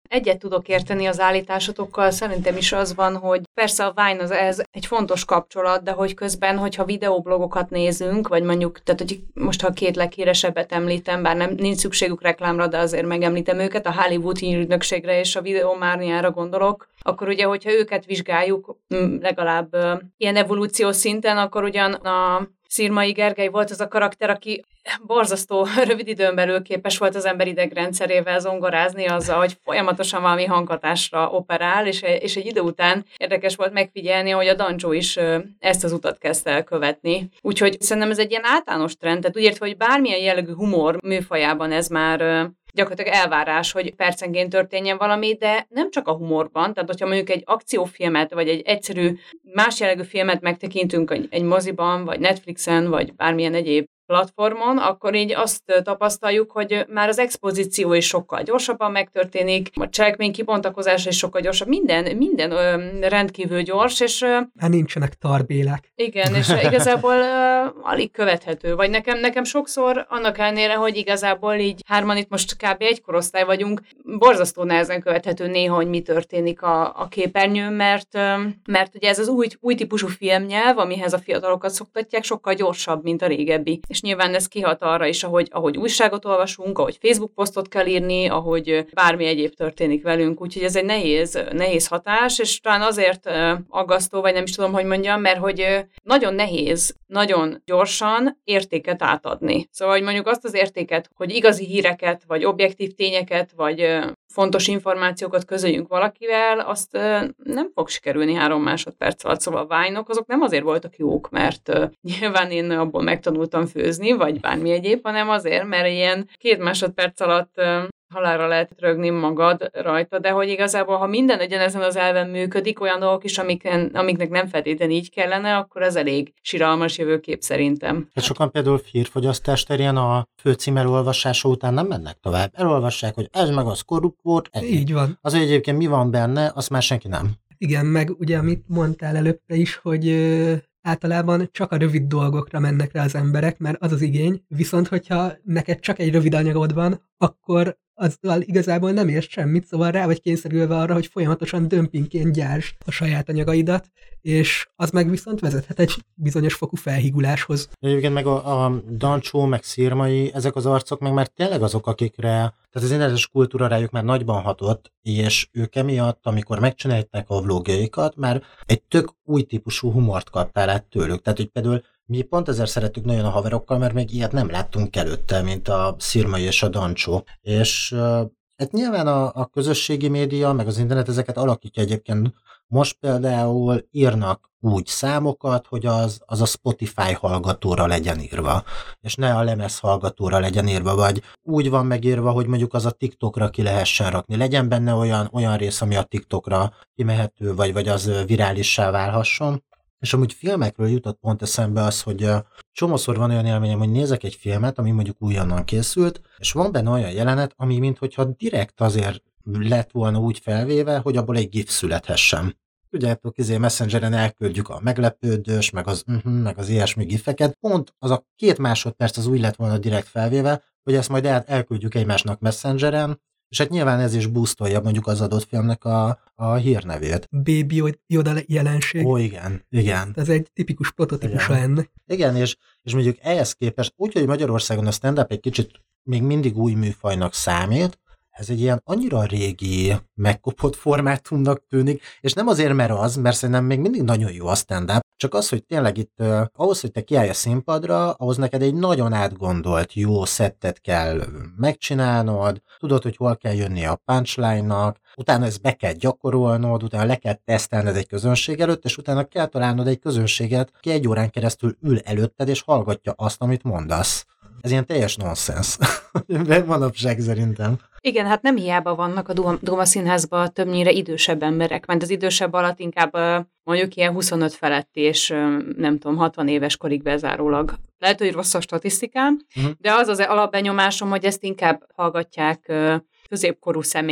egyet tudok érteni az állításotokkal, szerintem is az van, hogy persze a Vine az ez egy fontos kapcsolat, de hogy közben, hogyha videoblogokat nézünk, vagy mondjuk, tehát hogy most ha a két leghíresebbet említem, bár nem nincs szükségük reklámra, de azért megemlítem őket, a Hollywood hírügynökségre és a Videomániára gondolok, akkor ugye, hogyha őket vizsgáljuk legalább uh, ilyen evolúciós szinten, akkor ugyan a Szirmai Gergely volt az a karakter, aki borzasztó rövid időn belül képes volt az ember idegrendszerével zongorázni azzal, hogy folyamatosan valami hanghatásra operál, és, és egy idő után érdekes volt megfigyelni, hogy a Dancsó is ezt az utat kezdte el követni. Úgyhogy szerintem ez egy ilyen általános trend, tehát úgy értve, hogy bármilyen jellegű humor műfajában ez már gyakorlatilag elvárás, hogy percenként történjen valami, de nem csak a humorban, tehát hogyha mondjuk egy akciófilmet, vagy egy egyszerű más jellegű filmet megtekintünk egy, egy moziban, vagy Netflixen, vagy bármilyen egyéb platformon, akkor így azt tapasztaljuk, hogy már az expozíció is sokkal gyorsabban megtörténik, a cselekmény kibontakozása is sokkal gyorsabb, minden, minden ö, rendkívül gyors, és... Ö, már nincsenek tarbélek. Igen, és igazából ö, alig követhető, vagy nekem, nekem sokszor annak ellenére, hogy igazából így hárman itt most kb. Egy korosztály vagyunk, borzasztó nehezen követhető néha, hogy mi történik a, a képernyőn, mert, ö, mert ugye ez az új, új típusú filmnyelv, amihez a fiatalokat szoktatják, sokkal gyorsabb, mint a régebbi. És nyilván ez kihat arra is, ahogy, ahogy újságot olvasunk, ahogy Facebook posztot kell írni, ahogy bármi egyéb történik velünk, úgyhogy ez egy nehéz, nehéz hatás, és talán azért aggasztó, vagy nem is tudom, hogy mondjam, mert hogy nagyon nehéz, nagyon gyorsan értéket átadni. Szóval, hogy mondjuk azt az értéket, hogy igazi híreket, vagy objektív tényeket, vagy fontos információkat közöljünk valakivel, azt nem fog sikerülni három másodperc alatt. Szóval a Vine-ok azok nem azért voltak jók, mert nyilván én abból megtanultam főzni, vagy bármi egyéb, hanem azért, mert ilyen két másodperc alatt halálra lehet rögni magad rajta, de hogy igazából, ha minden egyenezen az elven működik, olyan dolgok is, amiken, amiknek nem feltétlenül így kellene, akkor ez elég siralmas jövőkép szerintem. Hát sokan például hírfogyasztás terén a főcím elolvasása után nem mennek tovább. Elolvassák, hogy ez meg az korrupt volt. Ennyi. Így van. Az, hogy egyébként mi van benne, azt már senki nem. Igen, meg ugye, amit mondtál előtte is, hogy ö, általában csak a rövid dolgokra mennek rá az emberek, mert az az igény, viszont hogyha neked csak egy rövid anyagod van, akkor azzal igazából nem érsz semmit, szóval rá vagy kényszerülve arra, hogy folyamatosan dömpingként gyártsd a saját anyagaidat, és az meg viszont vezethet egy bizonyos fokú felhiguláshoz. Egyébként meg a, a Dancsó, meg Szirmai, ezek az arcok meg már tényleg azok, akikre, tehát az internetes kultúra rájuk már nagyban hatott, és ők emiatt, amikor megcsinálták a vlogjaikat, már egy tök új típusú humort kaptál át tőlük. Tehát, hogy például mi pont ezért szerettük nagyon a haverokkal, mert még ilyet nem láttunk előtte, mint a Szirmai és a Dancsó. És uh, hát nyilván a, a közösségi média, meg az internet ezeket alakítja egyébként. Most például írnak úgy számokat, hogy az, az a Spotify hallgatóra legyen írva, és ne a lemez hallgatóra legyen írva, vagy úgy van megírva, hogy mondjuk az a TikTokra ki lehessen rakni. Legyen benne olyan, olyan rész, ami a TikTokra kimehető, vagy, vagy az virálissá válhasson. És amúgy filmekről jutott pont eszembe az, hogy uh, csomószor van olyan élményem, hogy nézek egy filmet, ami mondjuk újonnan készült, és van benne olyan jelenet, ami minthogyha direkt azért lett volna úgy felvéve, hogy abból egy gif születhessen. Tudjátok, izé Messengeren elküldjük a meglepődős, meg az, uh-huh, meg az ilyesmi gifeket. Pont az a két másodperc az úgy lett volna direkt felvéve, hogy ezt majd el, elküldjük egymásnak Messengeren, és hát nyilván ez is boostolja mondjuk az adott filmnek a, a hírnevét. Baby Yoda jelenség. Ó, igen, igen. Ez egy tipikus prototípusa igen. ennek. Igen, és, és mondjuk ehhez képest, úgyhogy Magyarországon a stand-up egy kicsit még mindig új műfajnak számít, ez egy ilyen annyira régi, megkopott formátumnak tűnik, és nem azért, mert az, mert szerintem még mindig nagyon jó a stand-up, csak az, hogy tényleg itt uh, ahhoz, hogy te kiállj a színpadra, ahhoz neked egy nagyon átgondolt, jó szettet kell megcsinálnod, tudod, hogy hol kell jönni a punchline-nak, utána ezt be kell gyakorolnod, utána le kell tesztelned egy közönség előtt, és utána kell találnod egy közönséget, aki egy órán keresztül ül előtted, és hallgatja azt, amit mondasz. Ez ilyen teljes nonsens. Manapság szerintem. Igen, hát nem hiába vannak a Duma Színházban többnyire idősebb emberek, mert az idősebb alatt inkább mondjuk ilyen huszonöt feletti, és nem tudom, hatvan éves korig bezárólag. Lehet, hogy rossz a statisztikám, uh-huh. de az az alapbenyomásom, hogy ezt inkább hallgatják középkorú személyek.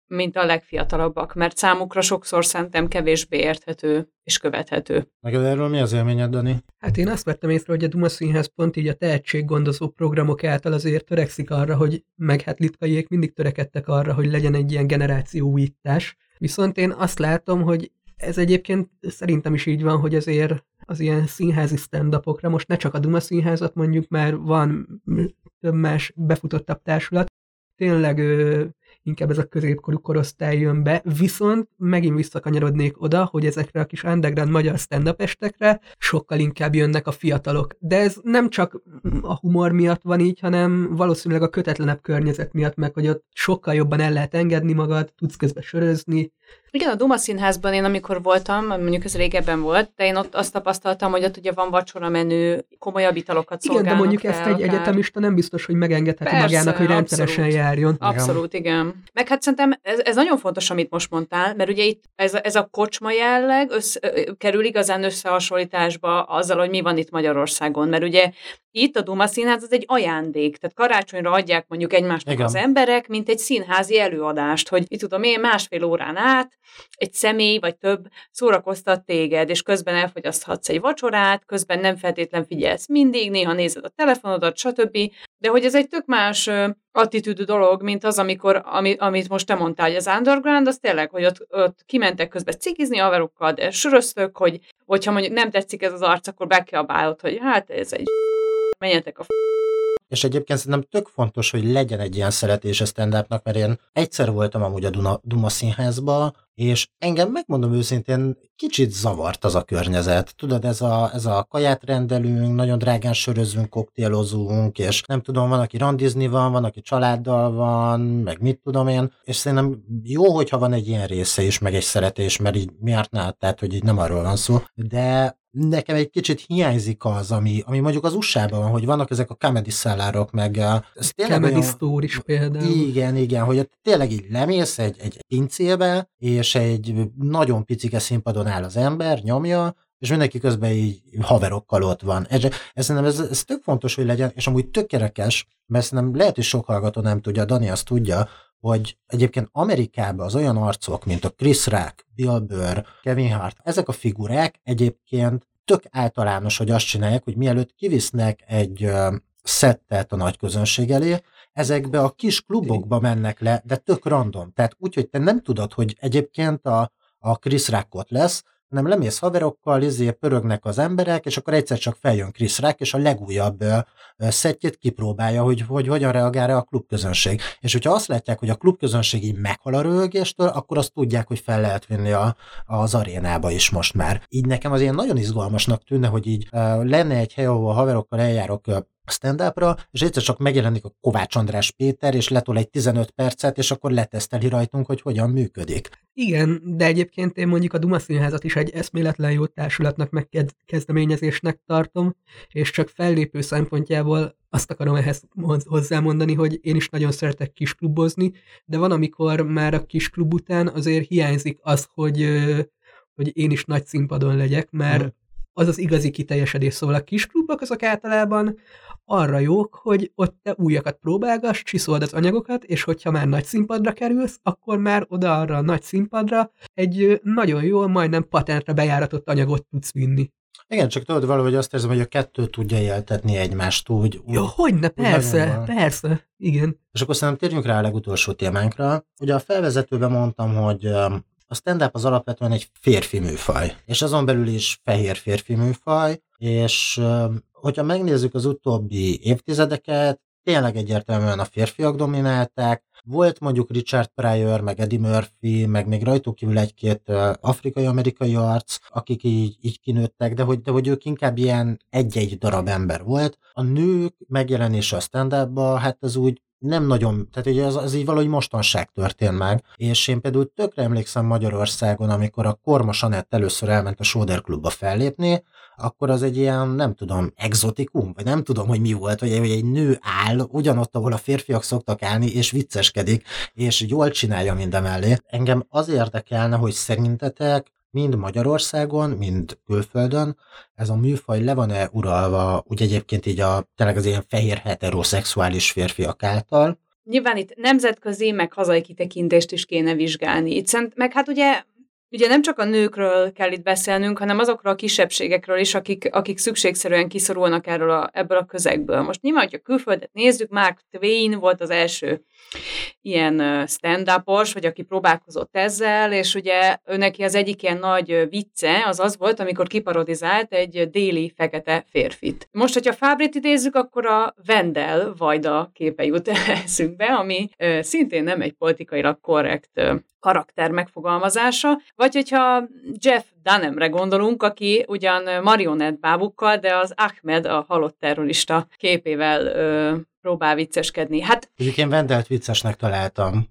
mint a legfiatalabbak, mert számukra sokszor szerintem kevésbé érthető és követhető. Neked erről mi az élményed, Dani? Hát én azt vettem észre, hogy a Duma Színház pont így a tehetséggondozó programok által azért törekszik arra, hogy meg hát Litkaiék mindig törekedtek arra, hogy legyen egy ilyen generációújítás. Viszont én azt látom, hogy ez egyébként szerintem is így van, hogy azért az ilyen színházi stand-upokra, most ne csak a Duma Színházat mondjuk, mert van több más befutottabb társulat, tényleg ö, inkább ez a középkorú korosztály jön be, viszont megint visszakanyarodnék oda, hogy ezekre a kis underground magyar stand-up estekre sokkal inkább jönnek a fiatalok. De ez nem csak a humor miatt van így, hanem valószínűleg a kötetlenebb környezet miatt, meg hogy ott sokkal jobban el lehet engedni magad, tudsz közben sörözni. Igen, a Duma Színházban én amikor voltam, mondjuk ez régebben volt, de én ott azt tapasztaltam, hogy ott ugye van vacsora menü, komolyabb italokat szolgálnak. Igen, de mondjuk fel, ezt egy akár... egyetemista nem biztos, hogy megengedheti Persze, magának, hogy rendszeresen abszolút. járjon. Abszolút, igen. Meg hát szerintem ez, ez nagyon fontos, amit most mondtál, mert ugye itt ez, ez a kocsma jelleg össz, kerül igazán összehasonlításba azzal, hogy mi van itt Magyarországon, mert ugye itt a Duma Színház az egy ajándék, tehát karácsonyra adják mondjuk egymásnak igen. az emberek, mint egy színházi előadást, hogy itt tudom én másfél órán át egy személy vagy több szórakoztat téged, és közben elfogyaszthatsz egy vacsorát, közben nem feltétlen figyelsz mindig, néha nézed a telefonodat, stb. De hogy ez egy tök más attitűdű dolog, mint az, amikor, ami, amit most te mondtál, hogy az underground, az tényleg, hogy ott, ott kimentek közben cigizni haverokkal, de söröztök, hogy hogyha mondjuk nem tetszik ez az arc, akkor bekiabálod, hogy hát ez egy menjetek a f***. És egyébként szerintem tök fontos, hogy legyen egy ilyen szeretés a stand-upnak, mert én egyszer voltam amúgy a Duna, Duma Színházba, és engem megmondom őszintén, kicsit zavart az a környezet. Tudod, ez a, ez a kaját rendelünk, nagyon drágán sörözünk, koktélozunk, és nem tudom, van, aki randizni van, van, aki családdal van, meg mit tudom én, és szerintem jó, hogyha van egy ilyen része is, meg egy szeretés, mert így miért ne, tehát, hogy így nem arról van szó, de nekem egy kicsit hiányzik az, ami, ami mondjuk az u es á-ban van, hogy vannak ezek a comedy szellárok, meg ez tényleg comedy olyan... store is például. Igen, igen, hogy tényleg így lemész egy, egy pincébe, és egy nagyon picike színpadon áll az ember, nyomja, és mindenki közben így haverokkal ott van. Ez, ez, ez, ez tök fontos, hogy legyen, és amúgy tök kerekes, mert nem lehet, hogy sok hallgató nem tudja, Dani azt tudja, hogy egyébként Amerikában az olyan arcok, mint a Chris Rock, Bill Burr, Kevin Hart, ezek a figurák egyébként tök általános, hogy azt csinálják, hogy mielőtt kivisznek egy uh, szettet a nagy közönség elé, ezekbe a kis klubokba mennek le, de tök random. Tehát úgy, hogy te nem tudod, hogy egyébként a, a Chris Rock ott lesz, hanem lemész haverokkal, izé pörögnek az emberek, és akkor egyszer csak feljön Chris Rock, és a legújabb uh, szettjét kipróbálja, hogy, hogy hogyan reagál a klubközönség. És hogyha azt látják, hogy a klubközönség így meghal a röhögéstől, akkor azt tudják, hogy fel lehet vinni a, az arénába is most már. Így nekem az ilyen nagyon izgalmasnak tűnne, hogy így uh, lenne egy hely, ahol a haverokkal eljárok uh, stand-upra, és egyszer csak megjelenik a Kovács András Péter, és letol egy tizenöt percet, és akkor leteszteli rajtunk, hogy hogyan működik. Igen, de egyébként én mondjuk a Duma Színházat is egy eszméletlen jó társulatnak, meg kezdeményezésnek tartom, és csak fellépő szempontjából azt akarom ehhez hozzámondani, hogy én is nagyon szeretek kisklubozni, de van, amikor már a kisklub után azért hiányzik az, hogy, hogy én is nagy színpadon legyek, mert hmm. az az igazi kiteljesedés. Szóval a kisklubok azok általában arra jók, hogy ott te újakat próbálgass, csiszold az anyagokat, és hogyha már nagy színpadra kerülsz, akkor már oda arra a nagy színpadra egy nagyon jól, majdnem patentre bejáratott anyagot tudsz vinni. Igen, csak tudod, valahogy azt érzem, hogy a kettő tudja éltetni egymást úgy. úgy Jó, hogyne, persze, persze, igen. És akkor szerintem térjünk rá a legutolsó témánkra. Ugye a felvezetőben mondtam, hogy a stand-up az alapvetően egy férfi műfaj, és azon belül is fehér férfi műfaj, és hogyha megnézzük az utóbbi évtizedeket, tényleg egyértelműen a férfiak dominálták. Volt mondjuk Richard Pryor, meg Eddie Murphy, meg még rajtuk kívül egy-két afrikai-amerikai arc, akik így, így kinőttek, de hogy, de hogy ők inkább ilyen egy-egy darab ember volt. A nők megjelenése a stand-upba, hát az úgy nem nagyon, tehát ugye az, az így valahogy mostanság történt meg, és én például tökre emlékszem Magyarországon, amikor a Kormos Anett először elment a Sóder Klubba fellépni, akkor az egy ilyen, nem tudom, exotikum, vagy nem tudom, hogy mi volt, hogy egy nő áll ugyanott, ahol a férfiak szoktak állni, és vicceskedik, és jól csinálja mindemellé. Engem az érdekelne, hogy szerintetek mind Magyarországon, mind külföldön ez a műfaj le van-e uralva, úgy egyébként így a, tényleg az ilyen fehér heteroszexuális férfiak által, nyilván itt nemzetközi, meg hazai kitekintést is kéne vizsgálni. Itt szent, meg hát ugye Ugye nem csak a nőkről kell itt beszélnünk, hanem azokról a kisebbségekről is, akik, akik szükségszerűen kiszorulnak erről a, ebből a közegből. Most nyilván, hogyha külföldet nézzük, Mark Twain volt az első ilyen stand-upos, vagy aki próbálkozott ezzel, és ugye ő neki az egyik ilyen nagy vicce az az volt, amikor kiparodizált egy déli fekete férfit. Most, hogyha Fábrit idézzük, akkor a Wendell Vajda képe jut eszünkbe, ami ö, szintén nem egy politikailag korrekt ö, karakter megfogalmazása, vagy hogyha Jeff Dunhamre gondolunk, aki ugyan marionett bábukkal, de az Ahmed, a halott terrorista képével ö, próbál vicceskedni. Hát, Egyébként Wendellt viccesnek találtam.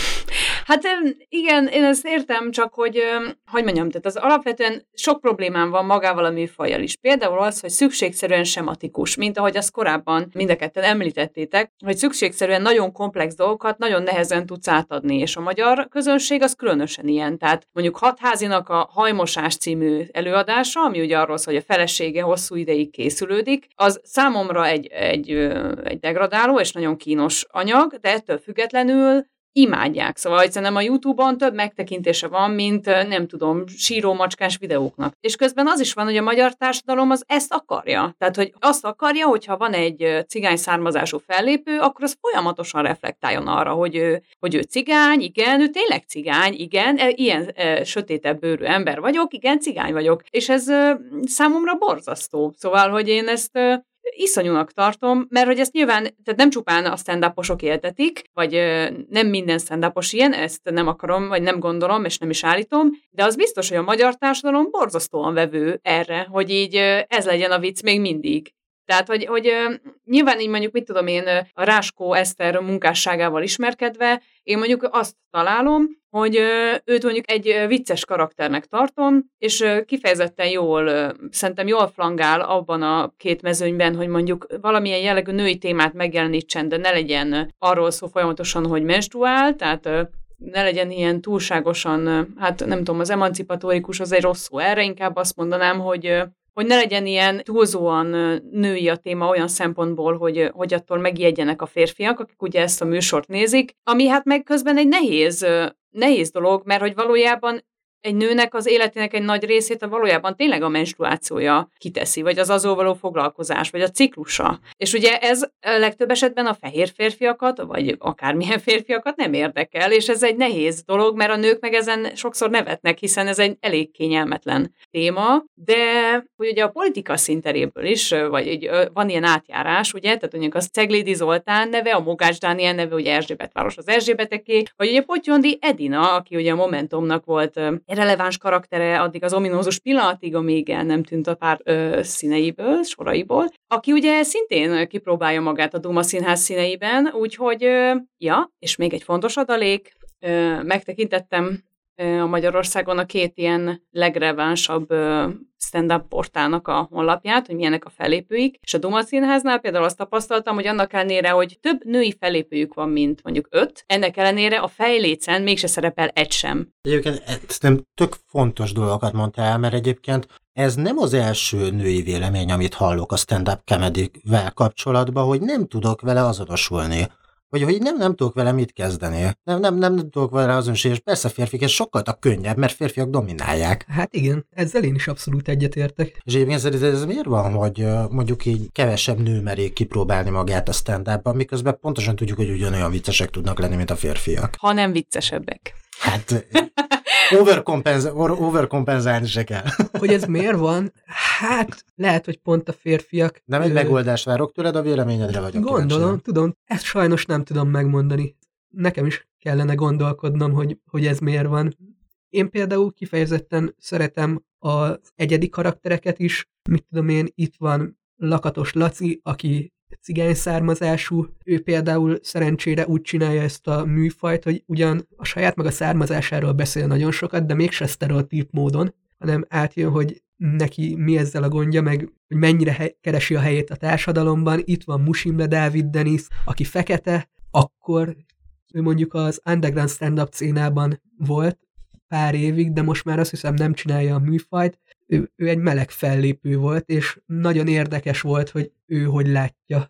Hát igen, én ezt értem, csak hogy, hogy mondjam, tehát az alapvetően sok problémám van magával a műfajjal is. Például az, hogy szükségszerűen sematikus, mint ahogy azt korábban mind a ketten említettétek, hogy szükségszerűen nagyon komplex dolgokat nagyon nehezen tudsz átadni, és a magyar közönség az különösen ilyen. Tehát mondjuk Hatházinak a Hajmosás című előadása, ami ugye arról szól, hogy a felesége hosszú ideig készülődik, az számomra egy, egy, egy degradáló és nagyon kínos anyag, de ettől függetlenül imádják. Szóval egyszerűen a YouTube-on több megtekintése van, mint nem tudom, síró macskás videóknak. És közben az is van, hogy a magyar társadalom az ezt akarja. Tehát, hogy azt akarja, hogyha van egy cigány származású fellépő, akkor az folyamatosan reflektáljon arra, hogy ő, hogy ő cigány, igen, ő tényleg cigány, igen, ilyen e, sötétebb bőrű ember vagyok, igen, cigány vagyok. És ez e, számomra borzasztó. Szóval, hogy én ezt e, iszonyúnak tartom, mert hogy ezt nyilván, tehát nem csupán a stand-uposok éltetik, vagy ö, nem minden stand-upos ilyen, ezt nem akarom, vagy nem gondolom, és nem is állítom, de az biztos, hogy a magyar társadalom borzasztóan vevő erre, hogy így ö, ez legyen a vicc még mindig. Tehát, hogy, hogy ö, nyilván így mondjuk, mit tudom én, a Ráskó Eszter munkásságával ismerkedve, én mondjuk azt találom, hogy ö, őt mondjuk egy vicces karakternek tartom, és ö, kifejezetten jól, ö, szerintem jól flangál abban a két mezőnyben, hogy mondjuk valamilyen jellegű női témát megjelenítsen, de ne legyen arról szó folyamatosan, hogy menstruál, tehát ö, ne legyen ilyen túlságosan, hát nem tudom, az emancipatórikus az egy rossz szó, erre inkább azt mondanám, hogy ö, hogy ne legyen ilyen túlzóan női a téma olyan szempontból, hogy, hogy attól megijedjenek a férfiak, akik ugye ezt a műsort nézik, ami hát meg közben egy nehéz, nehéz dolog, mert hogy valójában egy nőnek az életének egy nagy részét a valójában tényleg a menstruációja kiteszi, vagy az azzal való foglalkozás, vagy a ciklusa. És ugye ez legtöbb esetben a fehér férfiakat, vagy akármilyen férfiakat nem érdekel, és ez egy nehéz dolog, mert a nők meg ezen sokszor nevetnek, hiszen ez egy elég kényelmetlen téma, de hogy ugye a politika szinteréből is, vagy egy, van ilyen átjárás, ugye, tehát mondjuk az Ceglédi Zoltán neve, a Mogács Dániel neve, ugye Erzsébetváros az Erzsébeteké, vagy ugye Pottyondi Edina, aki ugye a Momentumnak volt releváns karaktere addig az ominózus pillanatig, amíg el nem tűnt a pár ö, színeiből, soraiból, aki ugye szintén kipróbálja magát a Duma Színház színeiben, úgyhogy, ö, ja, és még egy fontos adalék, ö, megtekintettem ö, a Magyarországon a két ilyen legrelevánsabb ö, stand-up portálnak a honlapját, hogy milyenek a fellépőik, és a Duma Színháznál például azt tapasztaltam, hogy annak ellenére, hogy több női fellépőjük van, mint mondjuk öt, ennek ellenére a fejlécen mégse szerepel egy sem. Egyébként ezt nem tök fontos dolgokat mondtál, mert egyébként ez nem az első női vélemény, amit hallok a stand-up comedy-vel kapcsolatban, hogy nem tudok vele azonosulni. Vagy hogy nem, nem tudok vele mit kezdeni. Nem, nem, nem, nem tudok vele azonosulni, és persze férfiak, ez sokkal könnyebb, mert férfiak dominálják. Hát igen, ezzel én is abszolút egyetértek. És egyébként szerintem ez miért van, hogy mondjuk így kevesebb nő merik kipróbálni magát a stand-upban, miközben pontosan tudjuk, hogy ugyanolyan viccesek tudnak lenni, mint a férfiak. Ha nem viccesebbek. Hát overkompenz- overkompenzálni se kell. Hogy ez miért van? Hát lehet, hogy pont a férfiak... Nem egy ö... megoldást várok tőled, a véleményedre vagyok. Gondolom, kíváncsi. tudom. Ezt sajnos nem tudom megmondani. Nekem is kellene gondolkodnom, hogy, hogy ez miért van. Én például kifejezetten szeretem az egyedi karaktereket is. Mit tudom én, itt van Lakatos Laci, aki cigány származású. Ő például szerencsére úgy csinálja ezt a műfajt, hogy ugyan a saját meg a származásáról beszél nagyon sokat, de mégse sztereotíp módon, hanem átjön, hogy neki mi ezzel a gondja, meg hogy mennyire he- keresi a helyét a társadalomban. Itt van Musimle Dávid Denis, aki fekete, akkor ő mondjuk az underground stand-up szénában volt pár évig, de most már azt hiszem nem csinálja a műfajt. Ő, ő egy meleg fellépő volt, és nagyon érdekes volt, hogy ő hogy látja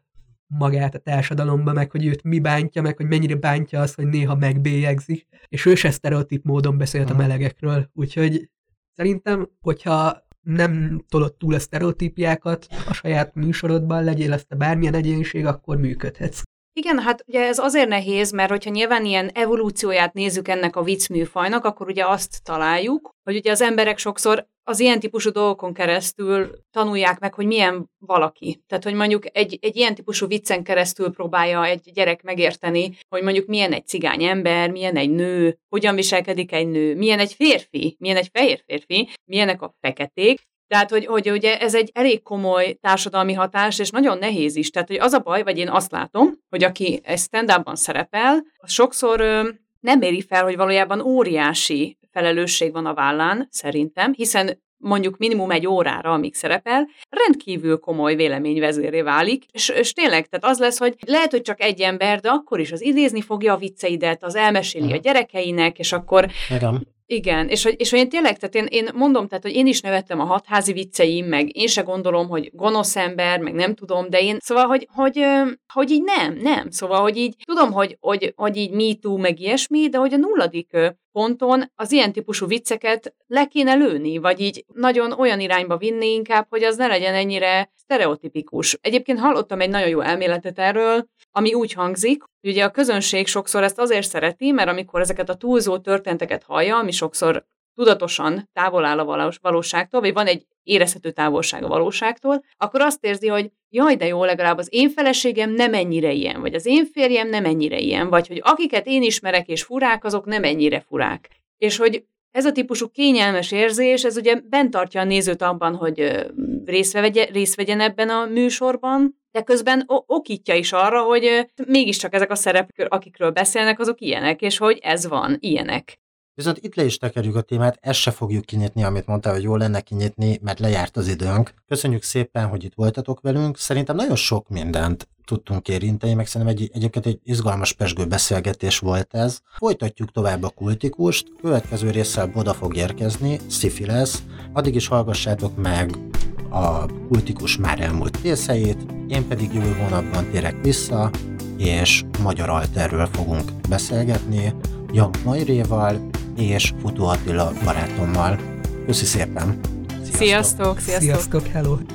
magát a társadalomba, meg hogy őt mi bántja, meg hogy mennyire bántja az, hogy néha megbélyegzik, és ő se sztereotíp módon beszélt a melegekről, úgyhogy szerintem, hogyha nem tolod túl a sztereotípiákat a saját műsorodban, legyél ezt a bármilyen egyéniség, akkor működhetsz. Igen, hát ugye ez azért nehéz, mert hogyha nyilván ilyen evolúcióját nézzük ennek a viccműfajnak, akkor ugye azt találjuk, hogy ugye az emberek sokszor az ilyen típusú dolgokon keresztül tanulják meg, hogy milyen valaki. Tehát, hogy mondjuk egy, egy ilyen típusú viccen keresztül próbálja egy gyerek megérteni, hogy mondjuk milyen egy cigány ember, milyen egy nő, hogyan viselkedik egy nő, milyen egy férfi, milyen egy fehér férfi, milyenek a feketék. Tehát, hogy, hogy ugye ez egy elég komoly társadalmi hatás, és nagyon nehéz is. Tehát, hogy az a baj, vagy én azt látom, hogy aki egy stand-upban szerepel, az sokszor ö, nem éri fel, hogy valójában óriási felelősség van a vállán, szerintem, hiszen mondjuk minimum egy órára, amíg szerepel, rendkívül komoly véleményvezérré válik, és, és tényleg, tehát az lesz, hogy lehet, hogy csak egy ember, de akkor is az idézni fogja a vicceidet, az elmeséli a gyerekeinek, és akkor... Igen. Igen, és hogy, és hogy én tényleg, tehát én, én mondom, tehát, hogy én is nevettem a hatházi vicceim, meg én se gondolom, hogy gonosz ember, meg nem tudom, de én, szóval, hogy, hogy, hogy így nem, nem, szóval, hogy így tudom, hogy, hogy, hogy így me too, meg ilyesmi, de hogy a nulladik ponton az ilyen típusú vicceket le kéne lőni, vagy így nagyon olyan irányba vinni inkább, hogy az ne legyen ennyire sztereotipikus. Egyébként hallottam egy nagyon jó elméletet erről, ami úgy hangzik, hogy ugye a közönség sokszor ezt azért szereti, mert amikor ezeket a túlzó történeteket hallja, ami sokszor tudatosan távol áll a valóságtól, vagy van egy érezhető távolság a valóságtól, akkor azt érzi, hogy jaj, de jó, legalább az én feleségem nem ennyire ilyen, vagy az én férjem nem ennyire ilyen, vagy hogy akiket én ismerek és furák, azok nem ennyire furák. És hogy ez a típusú kényelmes érzés, ez ugye bent tartja a nézőt abban, hogy részt vegye, részt vegyen ebben a műsorban, de közben okítja is arra, hogy mégiscsak ezek a szereplők, akikről beszélnek, azok ilyenek, és hogy ez van, ilyenek. Viszont itt le is tekerjük a témát, ezt se fogjuk kinyitni, amit mondtál, hogy jó lenne kinyitni, mert lejárt az időnk. Köszönjük szépen, hogy itt voltatok velünk. Szerintem nagyon sok mindent tudtunk érinteni, meg szerintem egy, egyébként egy izgalmas pezsgő beszélgetés volt ez. Folytatjuk tovább a kultikust, következő résszel Boda fog érkezni, sci-fi lesz. Addig is hallgassátok meg a kultikus már elmúlt részeit, én pedig jövő hónapban térek vissza, és Magyar Alterről fogunk beszélgetni, Jank Majréval és Futó Attila barátommal. Köszi szépen! Sziasztok! Sziasztok! Sziasztok, hello!